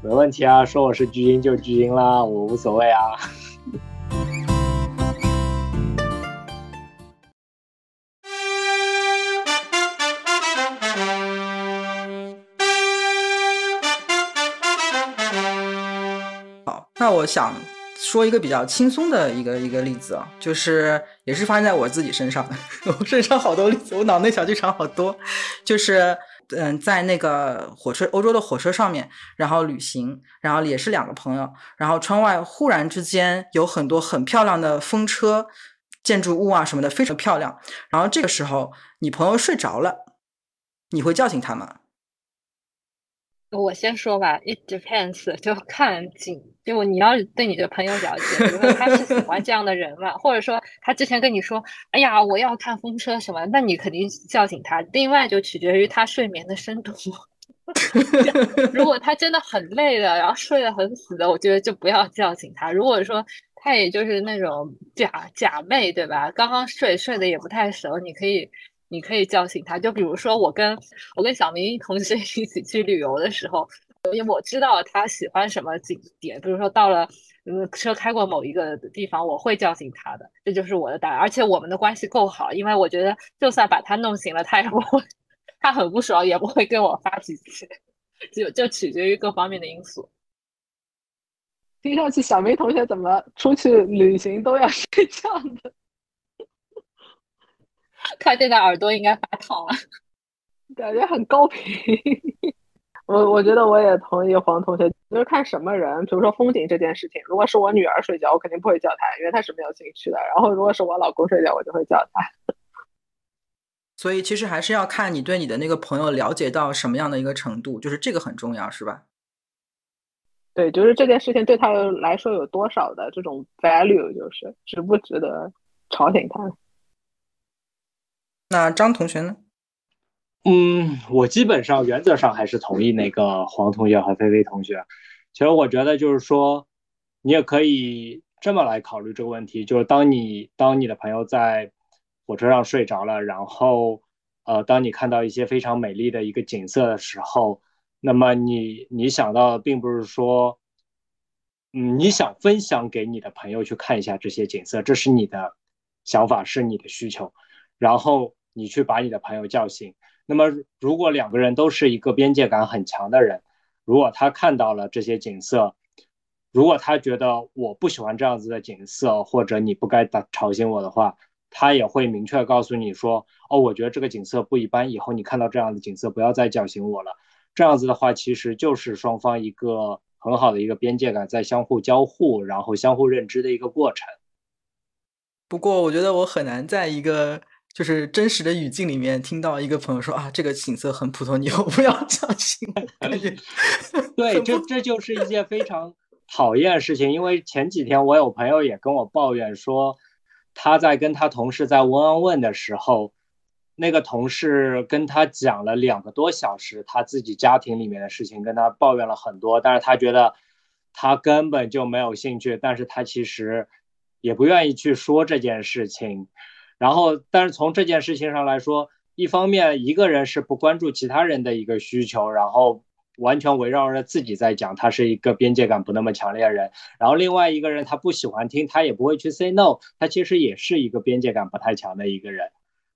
没问题啊，说我是巨婴就巨婴啦，我无所谓啊。 那我想说一个比较轻松的一个例子啊，就是也是发生在我自己身上的。我身上好多例子，我脑内小剧场好多。就是在那个欧洲的火车上面，然后旅行，然后也是2个朋友，然后窗外忽然之间有很多很漂亮的风车、建筑物啊什么的，非常漂亮。然后这个时候你朋友睡着了，你会叫醒他吗？ 我先说吧，it depends，就看就你要是对你的朋友了解，比如说他是喜欢这样的人嘛，或者说他之前跟你说，哎呀，我要看风车什么，那你肯定叫醒他。另外就取决于他睡眠的深度。如果他真的很累了，然后睡得很死的，我觉得就不要叫醒他。如果说他也就是那种假寐，对吧？刚刚睡得也不太熟，你可以叫醒他。就比如说我跟小明同学一起去旅游的时候，因为我知道他喜欢什么景点，比如说到了车开过某一个地方，我会叫醒他的，这就是我的答案。而且我们的关系够好，因为我觉得就算把他弄醒了，他也不会，他很不爽，也不会跟我发脾气。就取决于各方面的因素。 听上去小明同学怎么出去旅行都要睡觉的， 他现在耳朵应该发烫了。 感觉很高频。我觉得我也同意黄同学，就是看什么人。比如说风景这件事情，如果是我女儿睡觉，我肯定不会叫她，因为她是没有兴趣的。然后如果是我老公睡觉，我就会叫他。 所以其实还是要看你对你的那个朋友了解到什么样的一个程度，就是这个很重要，是吧？ 对，就是这件事情对他来说有多少的这种 value，就是值不值得吵醒他。 那张同学呢？ 我基本上原则上还是同意那个黄同学和菲菲同学。其实我觉得就是说，你也可以这么来考虑这个问题，就是当你的朋友在火车上睡着了，然后当你看到一些非常美丽的一个景色的时候，那么你想到的并不是说，你想分享给你的朋友去看一下这些景色，这是你的想法，是你的需求，然后你去把你的朋友叫醒。那么，如果两个人都是一个边界感很强的人，如果他看到了这些景色，如果他觉得我不喜欢这样子的景色，或者你不该吵醒我的话，他也会明确告诉你说，哦，我觉得这个景色不一般，以后你看到这样的景色不要再叫醒我了。这样子的话，其实就是双方一个很好的一个边界感在相互交互，然后相互认知的一个过程。 不过我觉得我很难在一个就是真实的语境里面听到一个朋友说啊，这个景色很普通，你以后不要相信我，感觉对， 很不这就是一件非常讨厌的事情。因为前几天我有朋友也跟我抱怨说，他在跟他同事在问的时候，那个同事跟他讲了2个多小时他自己家庭里面的事情，跟他抱怨了很多，但是他觉得他根本就没有兴趣，但是他其实也不愿意去说这件事情。然后，但是从这件事情上来说，一方面一个人是不关注其他人的一个需求，然后完全围绕着自己在讲，他是一个边界感不那么强烈的人。然后另外一个人他不喜欢听，他也不会去 say no，他其实也是一个边界感不太强的一个人。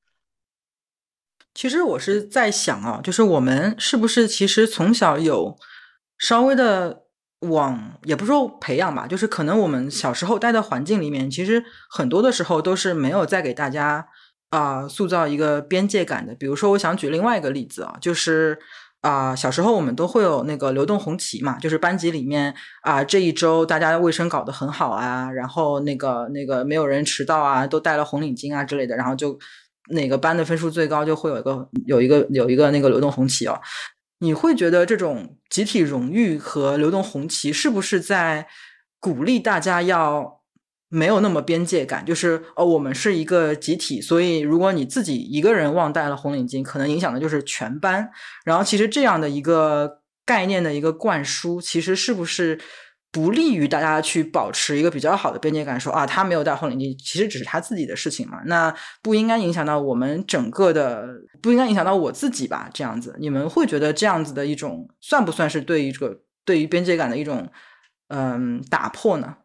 其实我是在想啊，就是我们是不是其实从小有稍微的也不是说培养吧，就是可能我们小时候待的环境里面，其实很多的时候都是没有再给大家塑造一个边界感的。比如说，我想举另外一个例子啊，就是小时候我们都会有那个流动红旗嘛，就是班级里面这一周大家卫生搞得很好啊，然后那个没有人迟到啊，都戴了红领巾啊之类的，然后就哪个班的分数最高就会有一个那个流动红旗哦。你会觉得这种集体荣誉和流动红旗是不是在鼓励大家要没有那么边界感？就是我们是一个集体，所以如果你自己一个人忘带了红领巾，可能影响的就是全班。然后其实这样的一个概念的一个灌输，其实是不是不利于大家去保持一个比较好的边界感？说他没有带红领巾，其实只是他自己的事情嘛，那不应该影响到我们整个的，不应该影响到我自己吧？这样子，你们会觉得这样子的一种算不算是对于这个对于边界感的一种打破呢？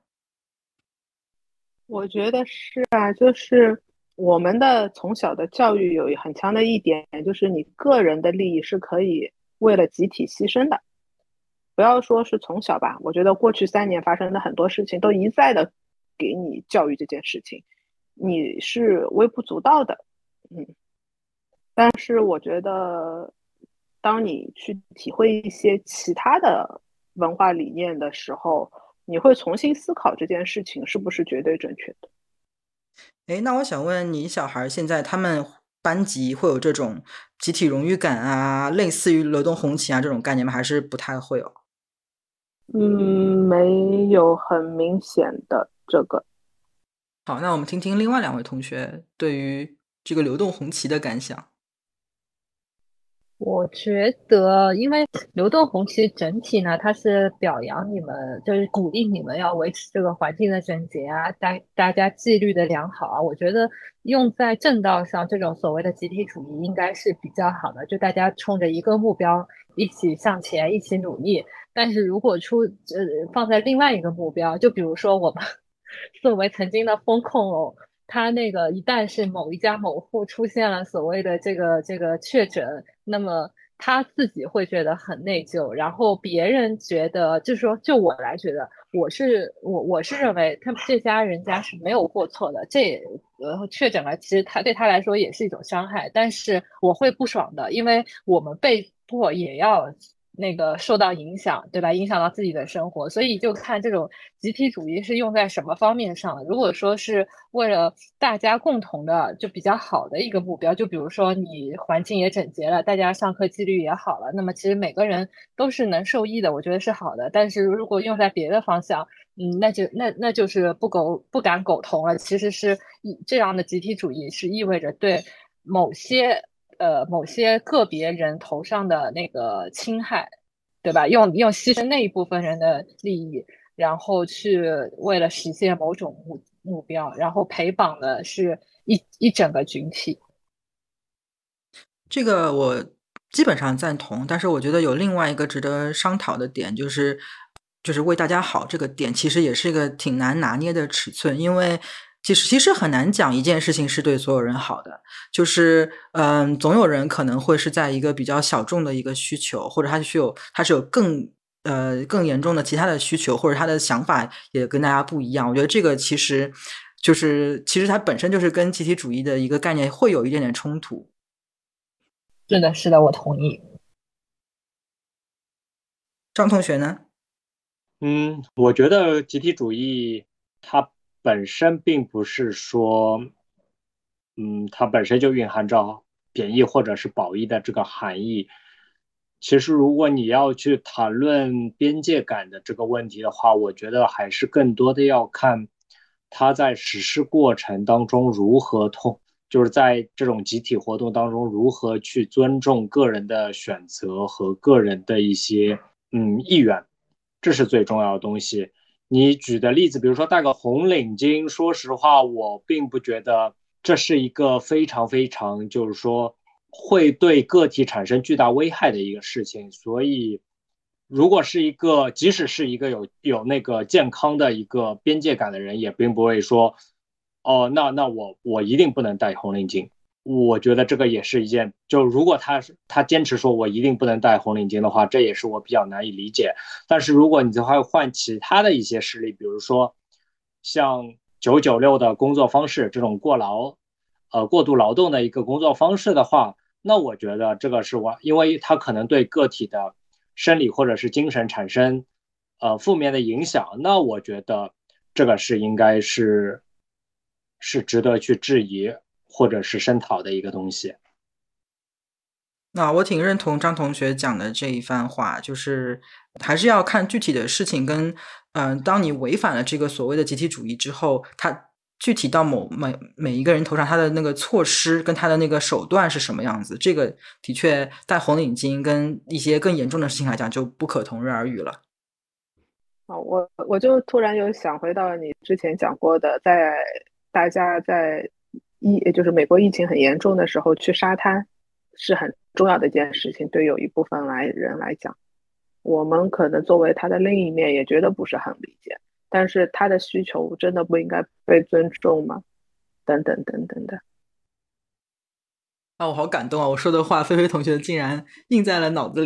我觉得是啊，就是我们的从小的教育有很强的一点，就是你个人的利益是可以为了集体牺牲的。不要说是从小吧，我觉得过去3年发生的很多事情都一再的给你教育这件事情，你是微不足道的。但是我觉得，当你去体会一些其他的文化理念的时候，你会重新思考这件事情是不是绝对正确的。 诶，那我想问你，小孩现在他们班级会有这种集体荣誉感啊，类似于流动红旗啊这种概念吗？还是不太会有？ 没有很明显的这个。 好，那我们听听另外2位同学对于这个流动红旗的感想。 我觉得，因为流动红旗整体呢，它是表扬你们，就是鼓励你们要维持这个环境的整洁啊，大家纪律的良好啊。我觉得用在正道上，这种所谓的集体主义应该是比较好的，就大家冲着一个目标一起向前，一起努力。但是如果放在另外一个目标，就比如说我们作为曾经的风控哦。他那个一旦是某一家某户出现了所谓的这个确诊，那么他自己会觉得很内疚，然后别人觉得就是说，就我来觉得，我是认为他们这家人家是没有过错的，确诊了，其实对他来说也是一种伤害，但是我会不爽的，因为我们被迫也要那个受到影响，对吧？影响到自己的生活，所以就看这种集体主义是用在什么方面上。如果说是为了大家共同的就比较好的一个目标，就比如说你环境也整洁了，大家上课纪律也好了，那么其实每个人都是能受益的，我觉得是好的。但是如果用在别的方向，那就是不敢苟同了。其实是这样的集体主义是意味着对某些个别人头上的那个侵害，对吧？用牺牲那一部分人的利益，然后去为了实现某种目标，然后陪绑的是一整个群体。 这个我基本上赞同，但是我觉得有另外一个值得商讨的点，就是为大家好这个点，其实也是一个挺难拿捏的尺寸，因为其实很难讲一件事情是对所有人好的，就是总有人可能会是在一个比较小众的一个需求，或者他是有更严重的其他的需求，或者他的想法也跟大家不一样。我觉得这个其实它本身就是跟集体主义的一个概念会有一点点冲突。 是的，是的，我同意。 张同学呢？ 我觉得集体主义它本身并不是说，它本身就蕴含着贬义或者是褒义的这个含义。其实，如果你要去谈论边界感的这个问题的话，我觉得还是更多的要看它在实施过程当中如何就是在这种集体活动当中如何去尊重个人的选择和个人的一些意愿。这是最重要的东西。你举的例子，比如说戴个红领巾，说实话，我并不觉得这是一个非常非常，就是说会对个体产生巨大危害的一个事情。所以，如果是一个，即使是一个有那个健康的一个边界感的人，也并不会说，哦，那我一定不能戴红领巾。我觉得这个也是一件，就如果他坚持说我一定不能戴红领巾的话，这也是我比较难以理解。但是如果你再换其他的一些事例，比如说像996的工作方式这种过度劳动的一个工作方式的话，那我觉得这个是因为它可能对个体的生理或者是精神产生负面的影响，那我觉得这个应该是值得去质疑或者是声讨的一个东西。 那我挺认同张同学讲的这一番话，就是还是要看具体的事情跟当你违反了这个所谓的集体主义之后，它具体到每一个人头上，他的那个措施跟他的那个手段是什么样子，这个的确戴红领巾跟一些更严重的事情来讲就不可同日而语了。 我就突然又想回到你之前讲过的，大家在就是美国疫情很严重的时候去沙滩，是很重要的一件事情，对有一部分人来讲。 我们可能作为他的另一面也觉得不是很理解，但是他的需求真的不应该被尊重吗？等等等等的。 啊，我好感动啊！我说的话，菲菲同学竟然印在了脑子里。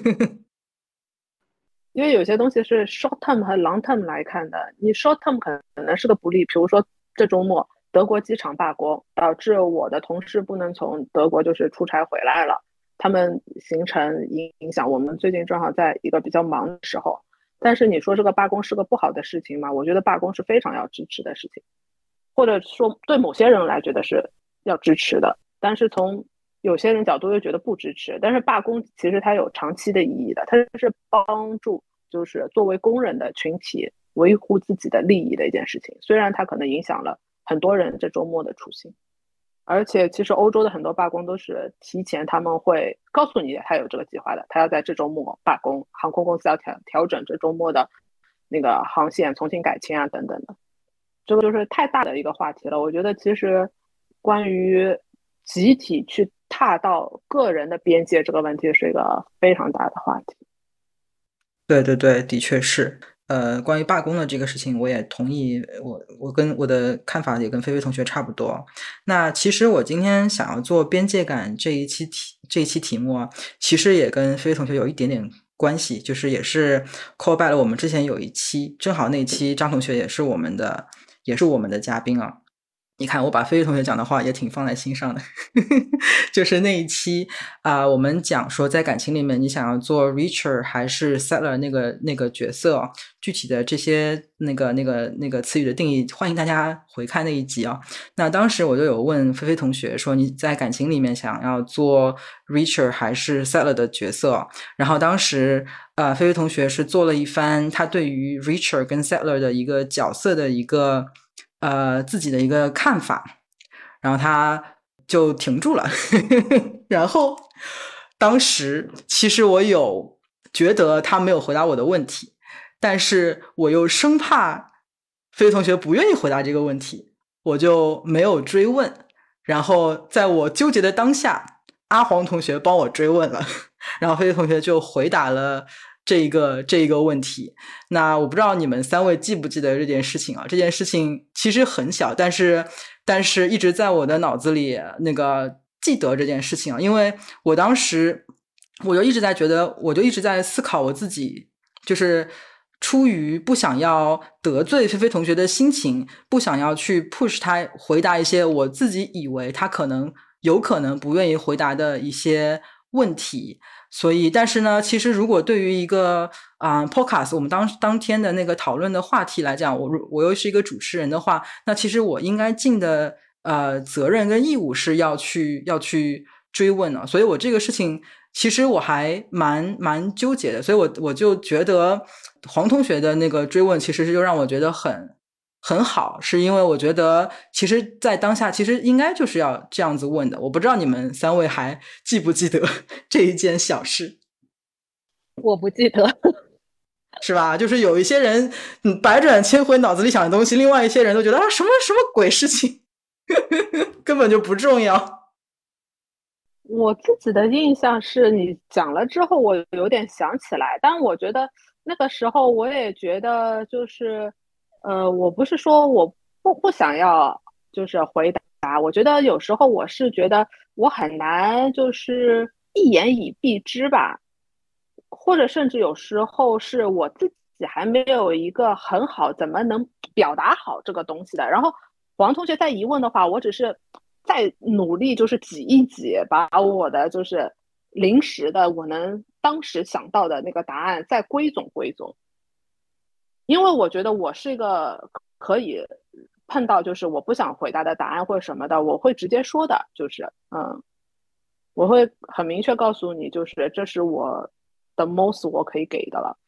因为有些东西是 short term 和 long term 来看的，你 short term 可能是个不利，比如说这周末德国机场罢工，导致我的同事不能从德国就是出差回来了，他们行程影响，我们最近正好在一个比较忙的时候。但是你说这个罢工是个不好的事情吗？我觉得罢工是非常要支持的事情，或者说对某些人来觉得是要支持的，但是从有些人角度又觉得不支持。但是罢工其实它有长期的意义的，它是帮助就是作为工人的群体维护自己的利益的一件事情，虽然它可能影响了很多人这周末的出行。而且其实欧洲的很多罢工都是提前他们会告诉你他有这个计划的，他要在这周末罢工，航空公司要调整这周末的那个航线重新改签啊等等的。这个就是太大的一个话题了。我觉得其实关于集体去踏到个人的边界这个问题是一个非常大的话题。 对对对，的确是。关于罢工的这个事情，我也同意，我跟我的看法也跟菲菲同学差不多。那其实我今天想要做边界感这一期题目啊，其实也跟菲菲同学有一点点关系，就是也是 call back 了我们之前有一期，正好那期张同学也是我们的嘉宾啊。你看，我把菲菲同学讲的话也挺放在心上的，就是那一期我们讲说在感情里面，你想要做 Reacher 还是 Settler 那个角色，具体的这些那个词语的定义，欢迎大家回看那一集啊。那当时我就有问菲菲同学说，你在感情里面想要做 Reacher 还是 Settler 的角色？然后当时菲菲同学是做了一番他对于 Reacher 跟 Settler 的一个角色的一个自己的一个看法，然后他就停住了。然后当时其实我有觉得他没有回答我的问题，但是我又生怕菲同学不愿意回答这个问题，我就没有追问。然后在我纠结的当下，阿黄同学帮我追问了，然后菲同学就回答了这一个问题。那我不知道你们三位记不记得这件事情啊？这件事情其实很小，但是一直在我的脑子里那个记得这件事情啊，因为我当时我就一直在思考我自己，就是出于不想要得罪菲菲同学的心情，不想要去 push 他回答一些我自己以为他有可能不愿意回答的一些问题。所以但是呢，其实如果对于一个podcast 我们当天的那个讨论的话题来讲，我又是一个主持人的话，那其实我应该尽的责任跟义务是要去追问的。所以我这个事情其实我还蛮纠结的，所以我就觉得黄同学的那个追问其实就让我觉得很好，是因为我觉得其实在当下其实应该就是要这样子问的。我不知道你们三位还记不记得这一件小事。 我不记得。 是吧？就是有一些人百转千回脑子里想的东西，另外一些人都觉得什么鬼事情根本就不重要。 我自己的印象是你讲了之后我有点想起来，但我觉得那个时候我也觉得就是我不是说我不想要就是回答，我觉得有时候我是觉得我很难就是一言以蔽之吧，或者甚至有时候是我自己还没有一个很好怎么能表达好这个东西的。然后黄同学再疑问的话，我只是再努力就是挤一挤，把我的就是临时的我能当时想到的那个答案再归总归总。因为我觉得我是一个可以碰到就是我不想回答的答案或者什么的，我会直接说的，就是我会很明确告诉你，就是这是我的 most 我可以给的了。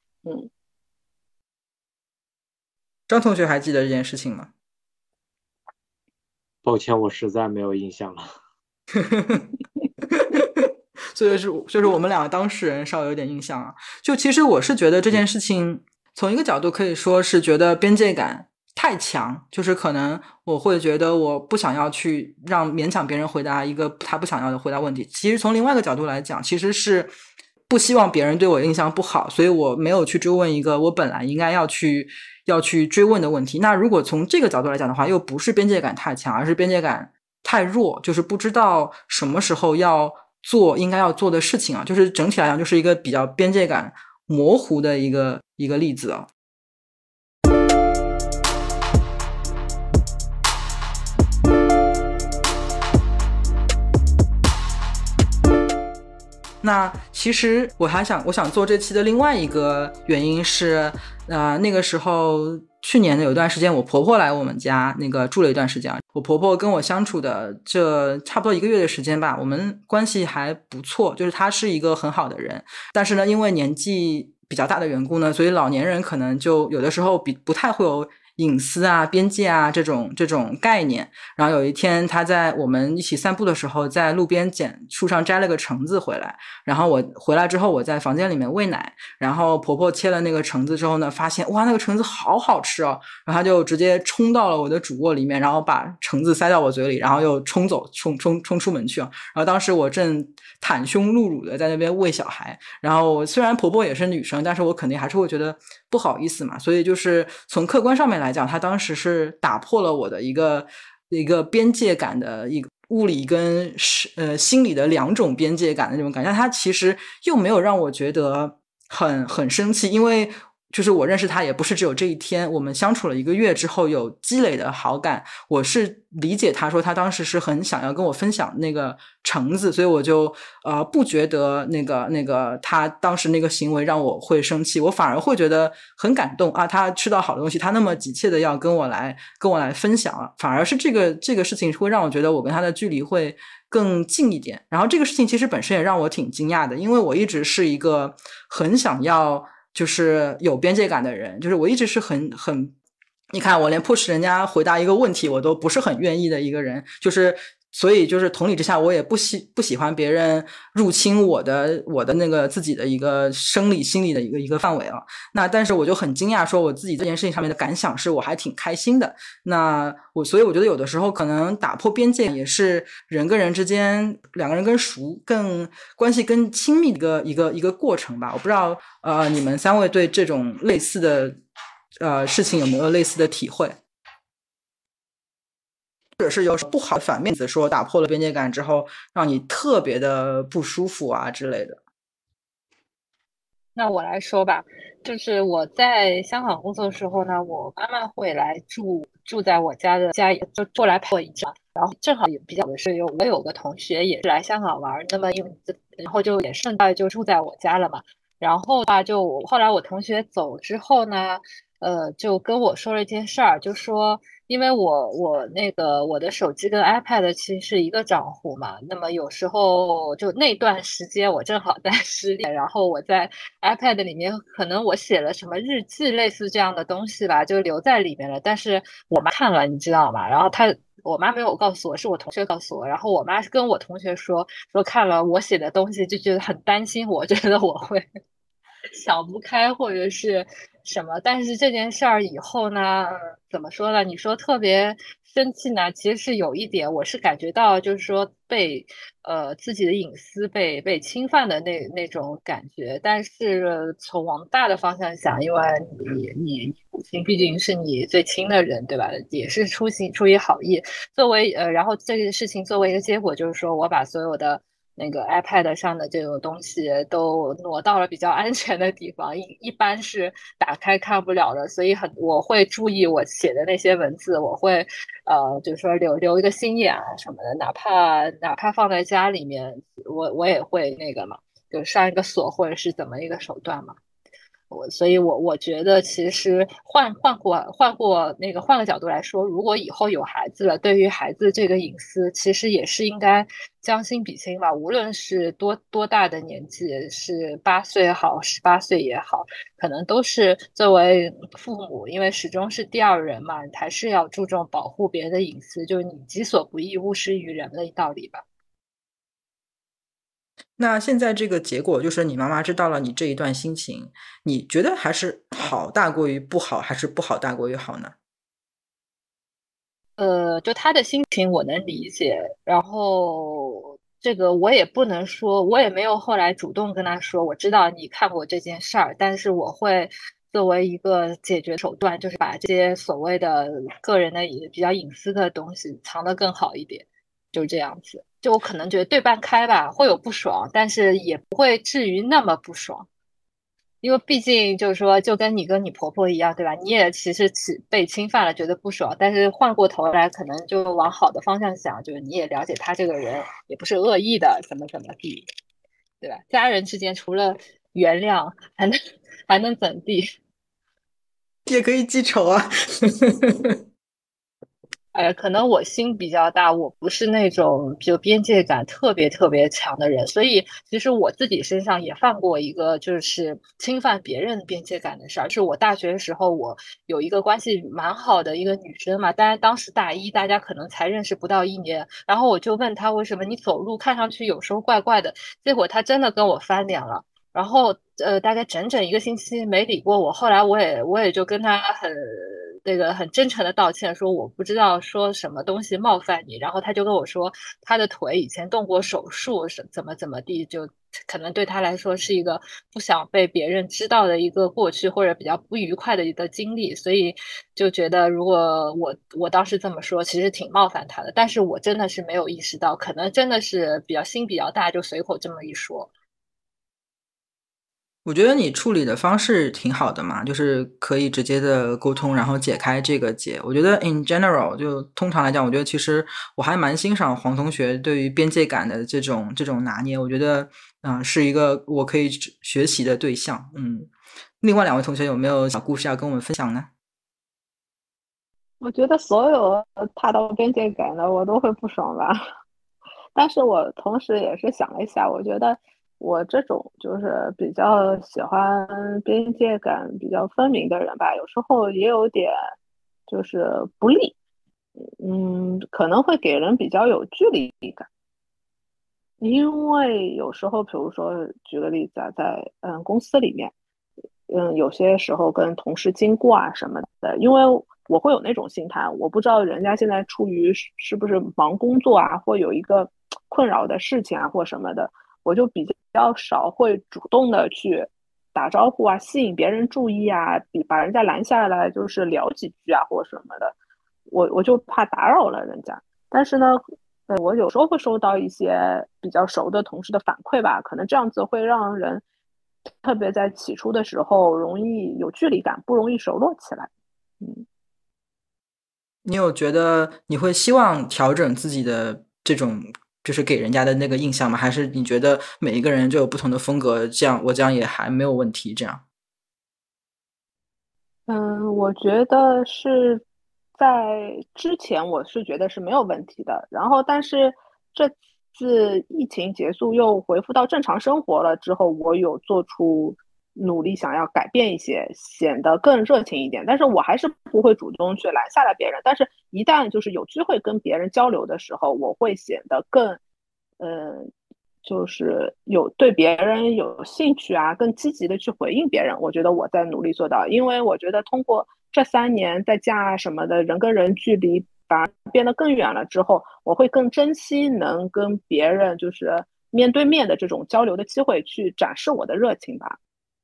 张同学还记得这件事情吗？ 抱歉，我实在没有印象了。 所以就是我们两个当事人稍微有点印象啊。就其实我是觉得这件事情从一个角度可以说是觉得边界感太强，就是可能我会觉得我不想要去勉强别人回答一个他不想要的回答问题。其实从另外一个角度来讲，其实是不希望别人对我印象不好，所以我没有去追问一个我本来应该要去追问的问题。那如果从这个角度来讲的话，又不是边界感太强，而是边界感太弱，就是不知道什么时候要做应该要做的事情啊，就是整体来讲就是一个比较边界感模糊的一个例子啊。那其实我想做这期的另外一个原因是，那个时候去年的有一段时间，我婆婆来我们家那个住了一段时间，我婆婆跟我相处的这差不多1个月的时间吧，我们关系还不错，就是她是一个很好的人，但是呢，因为年纪比较大的缘故呢，所以老年人可能就有的时候不太会有隐私啊、边界啊这种概念。然后有一天他在我们一起散步的时候，在路边树上摘了个橙子回来，然后我回来之后，我在房间里面喂奶，然后婆婆切了那个橙子之后呢，发现哇那个橙子好好吃哦，然后她就直接冲到了我的主卧里面，然后把橙子塞到我嘴里，然后又冲出门去。然后当时我正袒胸露乳的在那边喂小孩，然后虽然婆婆也是女生，但是我肯定还是会觉得不好意思嘛，所以就是从客观上面来讲，她当时是打破了我的一个边界感的一个物理跟心理的2种边界感的那种感觉。他其实又没有让我觉得很生气，因为就是我认识他也不是只有这一天，我们相处了1个月之后有积累的好感，我是理解他说他当时是很想要跟我分享那个橙子，所以我就不觉得那个他当时那个行为让我会生气，我反而会觉得很感动啊，他吃到好的东西，他那么急切的要跟我来分享，反而是这个事情会让我觉得我跟他的距离会更近一点。然后这个事情其实本身也让我挺惊讶的，因为我一直是一个很想要就是有边界感的人，就是我一直是很你看我连 push 人家回答一个问题我都不是很愿意的一个人，就是所以就是同理之下，我也不喜欢别人入侵我的那个自己的一个生理心理的一个范围啊。那但是我就很惊讶，说我自己这件事情上面的感想是我还挺开心的。所以我觉得有的时候可能打破边界也是人跟人之间2个人更关系更亲密的一个过程吧。我不知道你们3位对这种类似的事情有没有类似的体会？或者是有不好的反面子说打破了边界感之后让你特别的不舒服啊之类的。 那我来说吧，就是我在香港工作的时候呢，我妈妈会来住在我家就过来陪我一阵，然后正好也比较的是我有个同学也是来香港玩，那么然后就也顺带就住在我家了嘛。然后吧，后来我同学走之后呢，就跟我说了一件事儿，就说因为我的手机跟 iPad 其实是一个账户嘛，那么有时候就那段时间我正好在失恋，然后我在 iPad 里面可能我写了什么日记类似这样的东西吧，就留在里面了，但是我妈看了，你知道吗？然后我妈没有告诉我，是我同学告诉我，然后我妈是跟我同学说看了我写的东西就觉得很担心，我觉得我会想不开或者是什么，但是这件事儿以后呢，怎么说呢？你说特别生气呢，其实是有一点，我是感觉到就是说被自己的隐私被侵犯的那种感觉。但是从往大的方向想，因为你母亲毕竟是你最亲的人，对吧？也是出于好意，然后这个事情作为一个结果，就是说我把所有的那个 iPad 上的这种东西都挪到了比较安全的地方，一般是打开看不了的，所以我会注意我写的那些文字，我会就是说留一个心眼啊什么的，哪怕放在家里面，我也会那个嘛，就上一个锁或者是怎么一个手段嘛。所以我觉得其实换个角度来说，如果以后有孩子了，对于孩子这个隐私，其实也是应该将心比心吧。无论是多大的年纪，是8岁也好，18岁也好，可能都是作为父母，因为始终是第二人嘛，还是要注重保护别人的隐私，就是你己所不欲，勿施于人的道理吧。 那现在这个结果就是你妈妈知道了你这一段心情，你觉得还是好大过于不好，还是不好大过于好呢？ 就他的心情我能理解，然后这个我也不能说，我也没有后来主动跟他说，我知道你看过这件事儿，但是我会作为一个解决手段，就是把这些所谓的个人的比较隐私的东西藏得更好一点，就这样子。就我可能觉得对半开吧，会有不爽，但是也不会至于那么不爽。因为毕竟就是说，就跟你跟你婆婆一样，对吧？你也其实被侵犯了，觉得不爽，但是换过头来，可能就往好的方向想，就是你也了解他这个人也不是恶意的，怎么怎么地，对吧？家人之间除了原谅，还能怎地？ 也可以记仇啊。 哎，可能我心比较大，我不是那种就边界感特别特别强的人，所以其实我自己身上也犯过一个就是侵犯别人边界感的事儿。是我大学的时候，我有一个关系蛮好的一个女生嘛，当然当时大一，大家可能才认识不到1年，然后我就问她为什么你走路看上去有时候怪怪的，结果她真的跟我翻脸了。然后大概整整1个星期没理过我。后来我也就跟他很真诚的道歉，说我不知道说什么东西冒犯你。然后他就跟我说，他的腿以前动过手术，是怎么怎么地，就可能对他来说是一个不想被别人知道的一个过去，或者比较不愉快的一个经历。所以就觉得如果我当时这么说，其实挺冒犯他的。但是我真的是没有意识到，可能真的是心比较大，就随口这么一说。 我觉得你处理的方式挺好的嘛，就是可以直接的沟通，然后解开这个结。我觉得 in general 就通常来讲，我觉得其实我还蛮欣赏黄同学对于边界感的这种拿捏，我觉得是一个我可以学习的对象。另外2位同学有没有小故事要跟我们分享呢？ 我觉得所有踏到边界感的，我都会不爽吧。但是我同时也是想了一下，我觉得我这种就是比较喜欢边界感比较分明的人吧，有时候也有点就是不利，可能会给人比较有距离感。因为有时候，比如说举个例子啊，在公司里面，有些时候跟同事经过啊什么的，因为我会有那种心态，我不知道人家现在处于是不是忙工作啊，或有一个困扰的事情啊或什么的，我就比较少会主动的去打招呼啊，吸引别人注意啊，把人家拦下来就是聊几句啊或什么的，我就怕打扰了人家。但是呢，我有时候会收到一些比较熟的同事的反馈吧，可能这样子会让人特别在起初的时候容易有距离感，不容易熟络起来。 你有觉得你会希望调整自己的这种就是给人家的那个印象吗？还是你觉得每一个人就有不同的风格，我这样也还没有问题这样？ 我觉得是在之前我是觉得是没有问题的，然后但是这次疫情结束又恢复到正常生活了之后，我有做出努力想要改变一些，显得更热情一点，但是我还是不会主动去拦下来别人，但是一旦就是有机会跟别人交流的时候，我会显得更，呃，就是对别人有兴趣啊，更积极的去回应别人。我觉得我在努力做到，因为我觉得通过这3年在家什么的，人跟人距离反而变得更远了之后，我会更珍惜能跟别人就是面对面的这种交流的机会，去展示我的热情吧。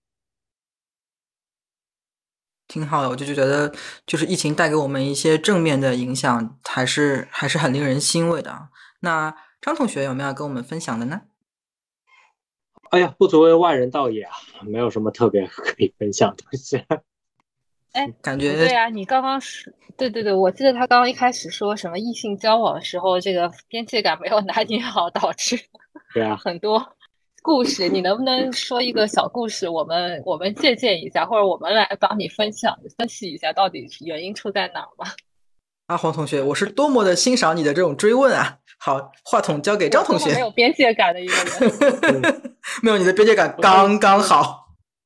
挺好的，我就觉得就是疫情带给我们一些正面的影响，还是很令人欣慰的。那张同学有没有跟我们分享的呢？ 哎呀，不足为外人道也啊，没有什么特别可以分享的东西。 哎， 感觉不对啊，你刚刚是，对对对，我记得他刚刚一开始说什么异性交往的时候，这个边界感没有拿捏好，导致对啊， 很多故事。你能不能说一个小故事，我们借鉴一下，或者我们来帮你分析一下，到底原因出在哪儿吗？ 阿黄同学，我是多么的欣赏你的这种追问啊！好，话筒交给张同学。 我多么没有边界感的一个人。 没有，你的边界感刚刚好。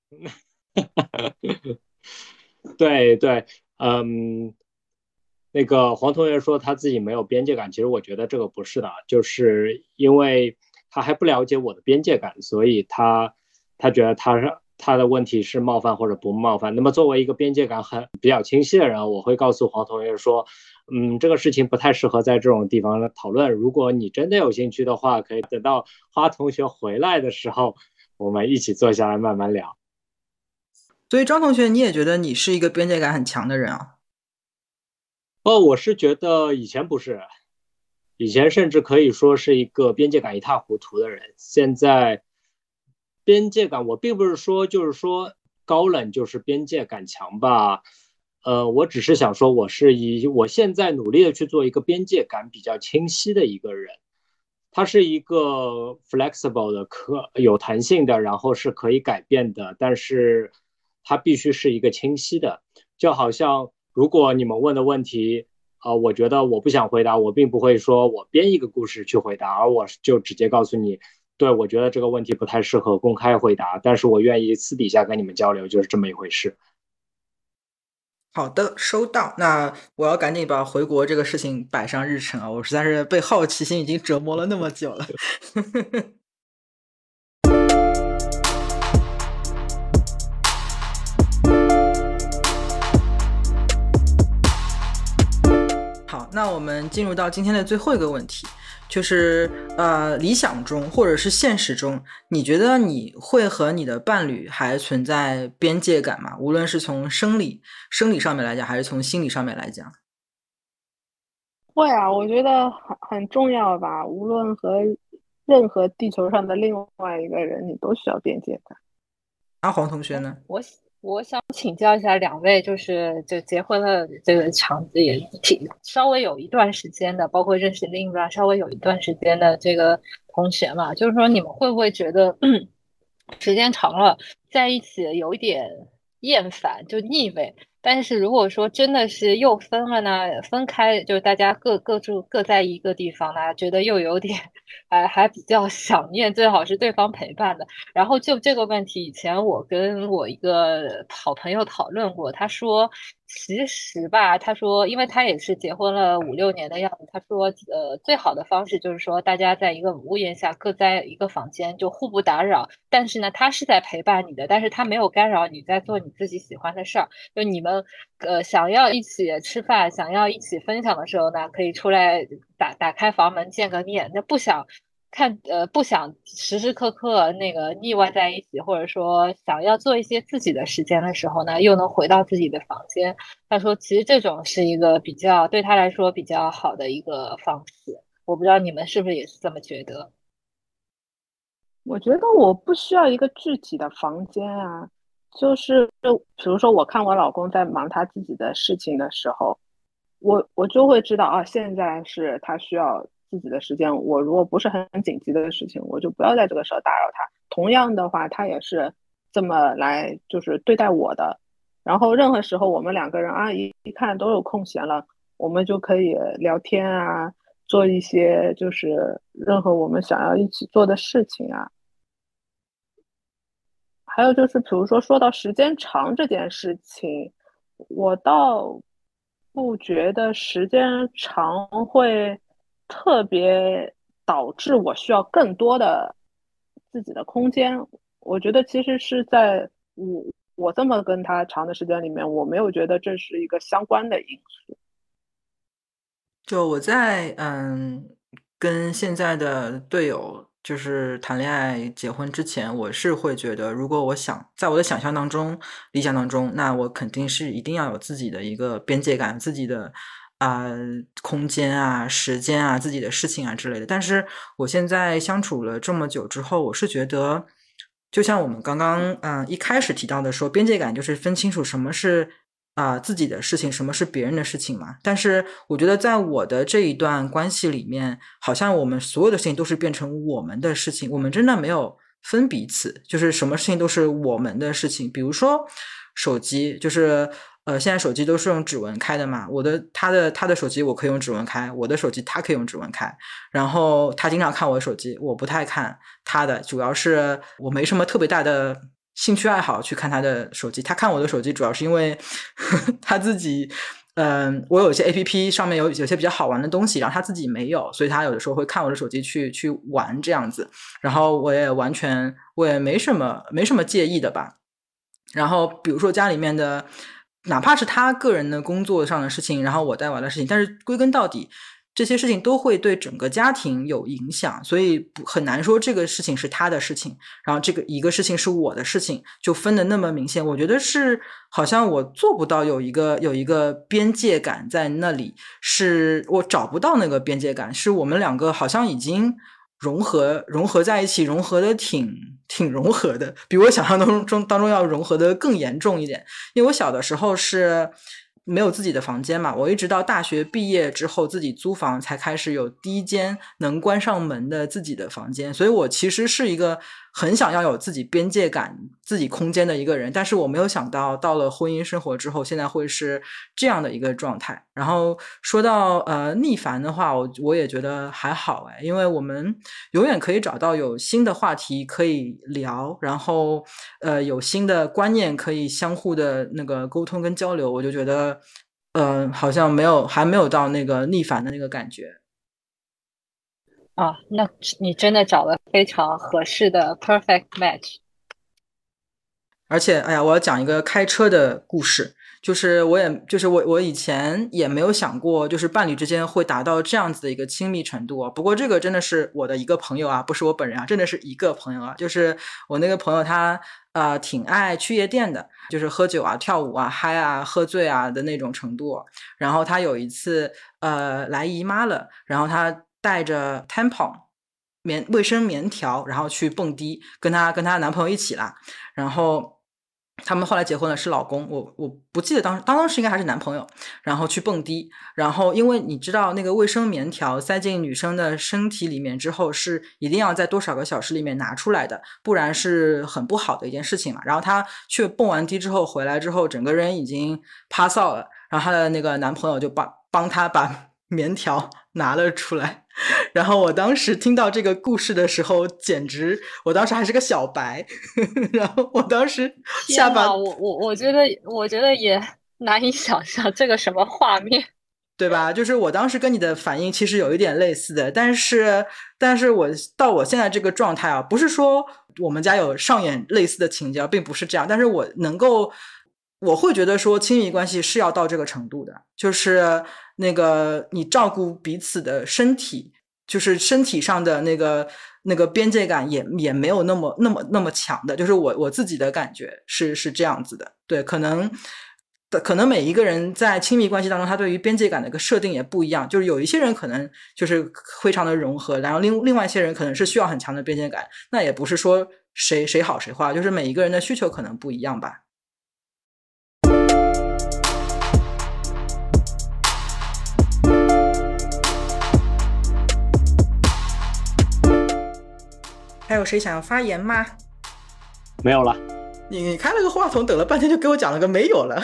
对对，那个黄同学说他自己没有边界感，其实我觉得这个不是的，就是因为他还不了解我的边界感，所以他觉得他的问题是冒犯或者不冒犯。那么作为一个边界感比较清晰的人，我会告诉黄同学说， 这个事情不太适合在这种地方讨论。如果你真的有兴趣的话，可以等到花同学回来的时候，我们一起坐下来慢慢聊。 所以张同学，你也觉得你是一个边界感很强的人啊？ 我是觉得以前不是，以前甚至可以说是一个边界感一塌糊涂的人。现在边界感，我并不是说就是说高冷就是边界感强吧，我只是想说，我现在努力的去做一个边界感比较清晰的一个人。它是一个 flexible 的，有弹性的，然后是可以改变的，但是它必须是一个清晰的。就好像如果你们问的问题，我觉得我不想回答，我并不会说我编一个故事去回答，而我就直接告诉你，对，我觉得这个问题不太适合公开回答，但是我愿意私底下跟你们交流，就是这么一回事。 好的，收到。那我要赶紧把回国这个事情摆上日程啊！我实在是被好奇心已经折磨了那么久了。好，那我们进入到今天的最后一个问题，就是理想中或者是现实中，你觉得你会和你的伴侣还存在边界感吗？无论是从生理上面来讲，还是从心理上面来讲？ 会啊，我觉得很重要吧。无论和任何地球上的另外一个人，你都需要边界感。 阿黄同学呢？ 我想请教一下两位，就结婚了这个也稍微有一段时间的，包括认识另一半稍微有一段时间的这个同学嘛，就是说你们会不会觉得时间长了在一起有一点厌烦，就腻味？但是如果说真的是又分了呢，分开就是大家各住各在一个地方呢，觉得又有点还比较想念，最好是对方陪伴的。然后就这个问题，以前我跟我一个好朋友讨论过，他说其实吧，他说因为他也是结婚了5、6年的样子，他说最好的方式就是说大家在一个屋檐下各在一个房间，就互不打扰。但是呢，他是在陪伴你的，但是他没有干扰你在做你自己喜欢的事儿。就你们想要一起吃饭，想要一起分享的时候呢，可以出来打开房门见个面。那不想时时刻刻那个腻歪在一起，或者说想要做一些自己的时间的时候呢，又能回到自己的房间。他说，其实这种是一个对他来说比较好的一个方式。我不知道你们是不是也是这么觉得？ 我觉得我不需要一个具体的房间啊，就是比如说我看我老公在忙他自己的事情的时候，我就会知道啊，现在是他需要自己的时间。我如果不是很紧急的事情，我就不要在这个时候打扰他。同样的话，他也是这么来就是对待我的。然后任何时候我们两个人啊一看都有空闲了，我们就可以聊天啊，做一些就是任何我们想要一起做的事情啊。还有就是，比如说到时间长这件事情，我倒不觉得时间长会特别导致我需要更多的自己的空间。我觉得其实是在我这么跟他长的时间里面，我没有觉得这是一个相关的因素。 就我在跟现在的队友就是谈恋爱结婚之前，我是会觉得，如果我想在我的想象当中、理想当中，那我肯定是一定要有自己的一个边界感，自己的空间啊、时间啊、自己的事情啊之类的。但是我现在相处了这么久之后，我是觉得，就像我们刚刚一开始提到的说，边界感就是分清楚什么是自己的事情，什么是别人的事情嘛。但是我觉得在我的这一段关系里面，好像我们所有的事情都是变成我们的事情，我们真的没有分彼此，就是什么事情都是我们的事情。比如说手机，就是现在手机都是用指纹开的嘛，他的手机我可以用指纹开，我的手机他可以用指纹开。然后他经常看我的手机，我不太看他的，主要是我没什么特别大的兴趣爱好去看他的手机。他看我的手机主要是因为他自己我有一些 APP 上面有些比较好玩的东西，然后他自己没有，所以他有的时候会看我的手机去玩这样子。然后我也没什么介意的吧。然后比如说家里面的哪怕是他个人的工作上的事情，然后我带娃的事情，但是归根到底，这些事情都会对整个家庭有影响，所以很难说这个事情是他的事情，然后这个一个事情是我的事情，就分得那么明显。我觉得是好像我做不到有一个边界感在那里，是我找不到那个边界感，是我们两个好像已经融合在一起，融合的挺融合的，比我想象当中要融合的更严重一点。因为我小的时候是没有自己的房间嘛，我一直到大学毕业之后自己租房才开始有第一间能关上门的自己的房间，所以我其实是一个很想要有自己边界感自己空间的一个人，但是我没有想到到了婚姻生活之后现在会是这样的一个状态。然后说到逆反的话，我也觉得还好因为我们永远可以找到有新的话题可以聊，然后有新的观念可以相互的那个沟通跟交流，我就觉得好像还没有到那个逆反的那个感觉。 啊，那你真的找了非常合适的 perfect match。 而且，哎呀，我要讲一个开车的故事，就是我以前也没有想过，就是伴侣之间会达到这样子的一个亲密程度啊。不过这个真的是我的一个朋友啊，不是我本人啊，真的是一个朋友啊。就是我那个朋友他挺爱去夜店的，就是喝酒啊、跳舞啊、嗨啊、喝醉啊的那种程度。然后他有一次来姨妈了，然后他带着 tampon 卫生棉条，然后去蹦迪，跟她男朋友一起啦。然后他们后来结婚了，是老公，我不记得当时应该还是男朋友，然后去蹦迪，然后因为你知道那个卫生棉条塞进女生的身体里面之后是一定要在多少个小时里面拿出来的，不然是很不好的一件事情嘛。然后她去蹦完迪之后回来之后，整个人已经趴扫了，然后她的那个男朋友就帮她把棉条拿了出来。然后我当时听到这个故事的时候，简直，我当时还是个小白，然后我当时下巴， 我觉得也难以想象这个什么画面， 对吧？就是我当时跟你的反应其实有一点类似的，但是我到我现在这个状态啊，不是说我们家有上演类似的情节，并不是这样，但是我会觉得说亲密关系是要到这个程度的，就是那个你照顾彼此的身体，就是身体上的那个边界感也没有那么强的，就是我自己的感觉是这样子的。对，可能每一个人在亲密关系当中，他对于边界感的一个设定也不一样，就是有一些人可能就是非常的融合，然后另外一些人可能是需要很强的边界感，那也不是说谁好谁坏，就是每一个人的需求可能不一样吧。还有谁想要发言吗？ 没有了。 你开了个话筒，等了半天就给我讲了个没有了。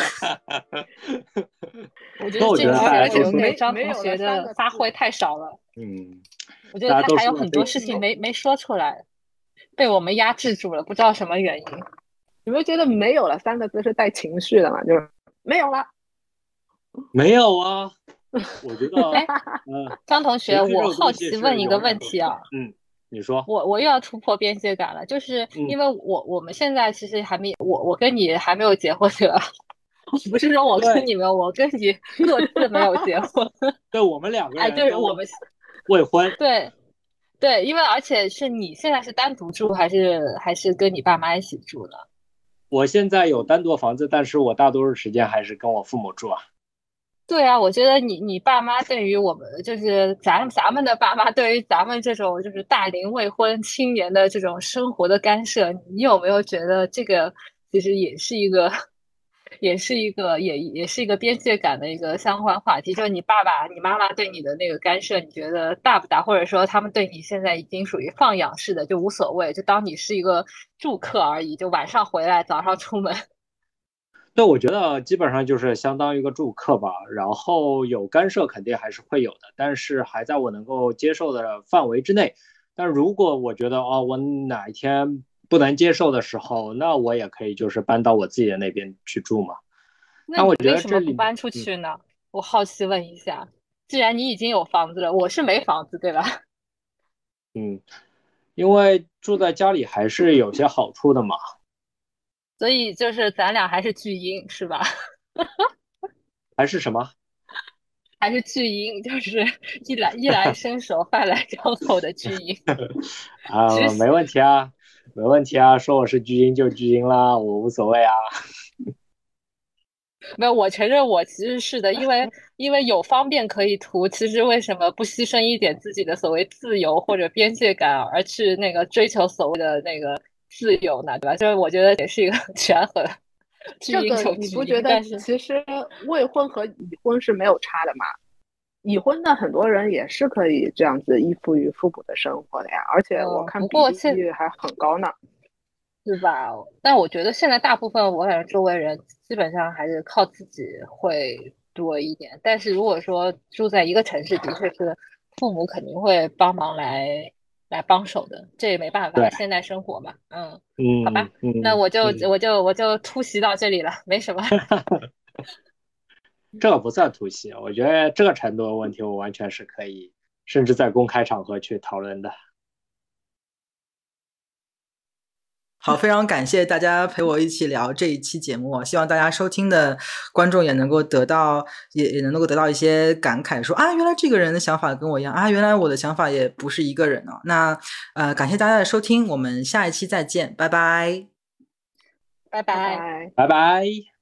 我觉得这个留给张同学的发挥太少了。我觉得他还有很多事情没说出来，被我们压制住了，不知道什么原因。 你们觉得没有了三个字是带情绪的吗？就是没有了。 没有啊，我觉得张同学，我好奇问一个问题啊。 你说。 我又要突破边界感了，就是因为我们现在其实还没我跟你还没有结婚对吧？不是说我跟你们，我跟你各自没有结婚。 对，我们两个人就是我们未婚。 对，因为而且是你现在是单独住还是跟你爸妈一起住呢？ 我现在有单独房子，但是我大多数时间还是跟我父母住啊。 对啊，我觉得你爸妈对于我们，就是咱们的爸妈对于咱们这种就是大龄未婚青年的这种生活的干涉，你有没有觉得这个其实也是一个边界感的一个相关话题？就是你爸爸你妈妈对你的那个干涉，你觉得大不大？或者说他们对你现在已经属于放养式的，就无所谓，就当你是一个住客而已，就晚上回来早上出门。 对，我觉得基本上就是相当于一个住客吧，然后有干涉肯定还是会有的，但是还在我能够接受的范围之内。但如果我觉得我哪一天不能接受的时候，那我也可以就是搬到我自己的那边去住嘛。 那你为什么不搬出去呢？我好奇问一下，既然你已经有房子了，我是没房子，对吧？ 因为住在家里还是有些好处的嘛。 所以就是咱俩还是巨婴是吧？ 还是什么？ 还是巨婴，就是衣来伸手，饭来张口的巨婴。只没问题啊，没问题啊，说我是巨婴就巨婴啦，我无所谓啊。 没有，我承认我其实是的，因为有方便可以图，其实为什么不牺牲一点自己的所谓自由或者边界感，而去那个追求所谓的那个自由呢？对吧？就是我觉得也是一个权衡，巨婴这个就巨婴， 你不觉得但是其实未婚和已婚是没有差的吗？已婚的很多人也是可以这样子依附于父母的生活的呀，而且我看不比过现例还很高呢。 是吧？但我觉得现在大部分我感觉周围人基本上还是靠自己会多一点。但是如果说住在一个城市，的确是父母肯定会帮忙来帮手的，这也没办法， 对， 现代生活嘛。好吧， 嗯那我就嗯嗯， 我就我就突袭到这里了，没什么。 这个不算突袭，我觉得这个程度的问题，我完全是可以，甚至在公开场合去讨论的。 好，非常感谢大家陪我一起聊这一期节目，希望大家收听的观众也能够得到，也能够得到一些感慨，说啊，原来这个人的想法跟我一样啊，原来我的想法也不是一个人哦。那感谢大家的收听，我们下一期再见，拜拜。 拜拜拜。 拜。 拜拜。